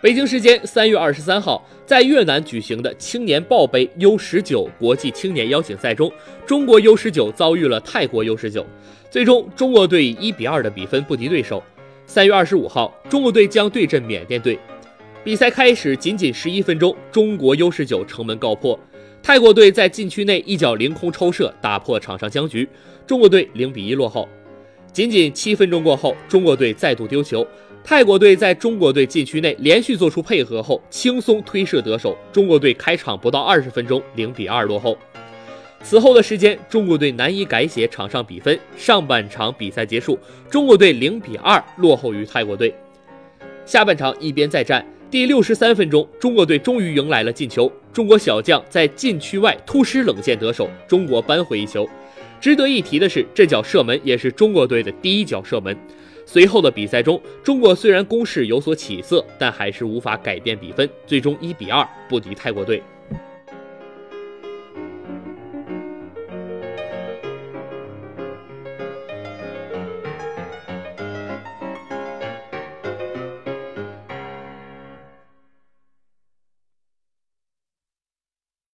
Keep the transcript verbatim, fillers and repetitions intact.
北京时间三月二十三号，在越南举行的青年报杯 U 十九 国际青年邀请赛中，中国 U 十九 遭遇了泰国 U 十九，最终中国队以一比二的比分不敌对手。三月二十五号，中国队将对阵缅甸队。比赛开始仅仅十一分钟，中国 U 十九 城门告破，泰国队在禁区内一脚凌空抽射，打破场上僵局，中国队零比一落后。仅仅七分钟过后，中国队再度丢球，泰国队在中国队禁区内连续做出配合后，轻松推射得手，中国队开场不到二十分钟零比二落后。此后的时间，中国队难以改写场上比分，上半场比赛结束，中国队零比二落后于泰国队。下半场一边再战，第六十三分钟，中国队终于迎来了进球，中国小将在禁区外突施冷箭得手，中国扳回一球。值得一提的是，这脚射门也是中国队的第一脚射门。随后的比赛中，中国虽然攻势有所起色，但还是无法改变比分，最终一比二不敌泰国队。